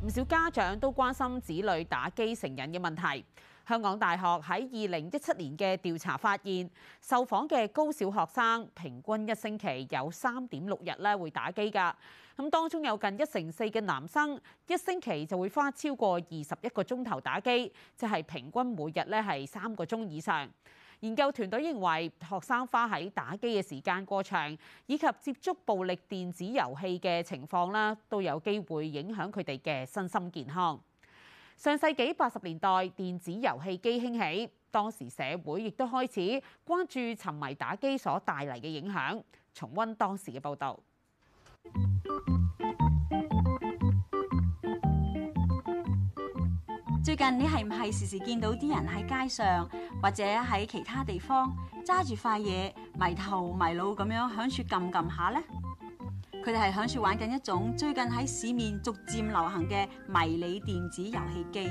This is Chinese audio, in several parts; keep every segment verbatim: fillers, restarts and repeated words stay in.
唔少家長都關心子女打機成癮嘅問題。香港大學喺二零一七年嘅調查發現，受訪嘅高小學生平均一星期有三點六日咧會打機㗎。咁當中有近一成四嘅男生一星期就會花超過二十一個鐘頭打機，即係平均每日咧係三個鐘以上。研究團隊認為，學生花喺打機嘅時間過長，以及接觸暴力電子遊戲嘅情況啦，都有機會影響佢哋嘅身心健康。上世紀八十年代，電子遊戲機興起，當時社會亦都開始關注沉迷打機所帶嚟嘅影響。重溫當時嘅報導。 最近你係唔係時時見到啲人喺街上或者喺其他地方揸住塊嘢迷頭迷腦咁樣響處撳撳下呢？佢哋係響處玩緊一種最近喺市面逐漸流行嘅迷你電子遊戲機。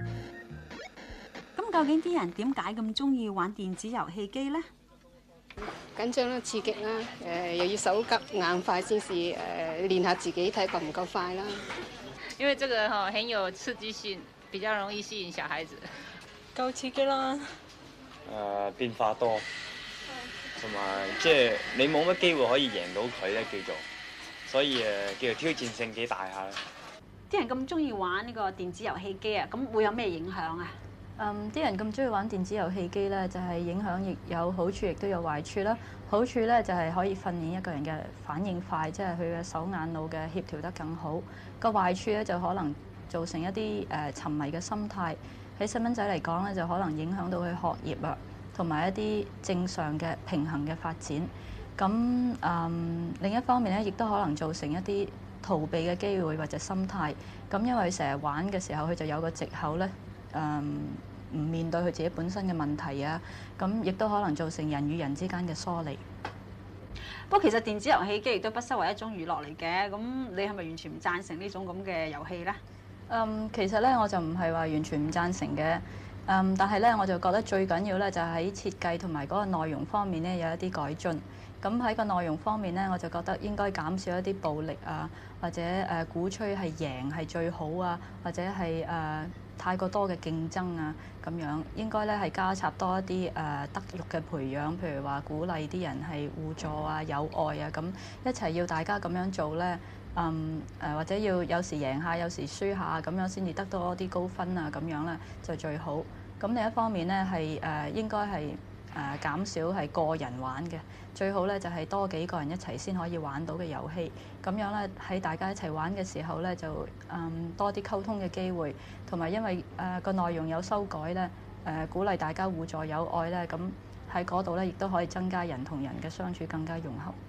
咁究竟啲人點解咁中意玩電子遊戲機呢？ 緊張啦，刺激啦，誒又要手急眼快先至誒練下自己睇夠唔夠快啦。 因為這個哈很有刺激性，比較容易吸引小孩子。 夠刺激啦！誒、 呃、變化多，同埋即係你冇乜機會可以贏到佢咧，叫做，所以誒叫做挑戰性幾大下啦。 啲人咁中意玩呢個電子遊戲機啊，咁會有咩影響啊？ 嗯，啲人咁中意玩電子遊戲機咧，就係影響亦有好處，亦都有壞處啦。好處咧就係可以訓練一個人嘅反應快，即係佢嘅手眼腦嘅協調得更好。個壞處咧就可能造成一啲誒沉迷嘅心態。喺細蚊仔嚟講咧，就可能影響到佢學業啊，同埋一啲正常嘅平衡嘅發展。咁嗯另一方面咧，亦都可能造成一啲逃避嘅機會或者心態。咁因為成日玩嘅時候，佢就有個藉口咧，嗯唔面對佢自己本身嘅問題啊。咁亦都可能造成人與人之間嘅疏離。 不過其實電子遊戲機亦都不失為一種娛樂嚟嘅。咁你係咪完全唔贊成呢種咁嘅遊戲呢？ 嗯，其實咧我就唔係話完全唔贊成嘅。嗯，但係咧我就覺得最緊要咧就係喺設計同埋嗰個內容方面咧有一啲改進。咁喺個內容方面咧，我就覺得應該減少一啲暴力啊，或者誒、呃、鼓吹係贏係最好啊，或者係誒、呃、太過多嘅競爭啊咁樣。應該咧係加插多一啲誒、呃、德育嘅培養，譬如話鼓勵啲人係互助啊、友愛啊，咁一齊要大家咁樣做咧。嗯誒、呃、或者要有時贏下，有時輸下，咁樣先至得多啲高分啊，咁樣咧就最好。咁另一方面咧係誒應該係。誒、呃、減少係個人玩嘅，最好咧就係、是、多幾個人一齊先可以玩到嘅遊戲。咁樣咧喺大家一齊玩嘅時候咧，就嗯多啲溝通嘅機會，同埋因為誒個、呃、內容有修改咧，誒、呃、鼓勵大家互助友愛咧，咁喺嗰度咧亦都可以增加人同人嘅相處更加融合。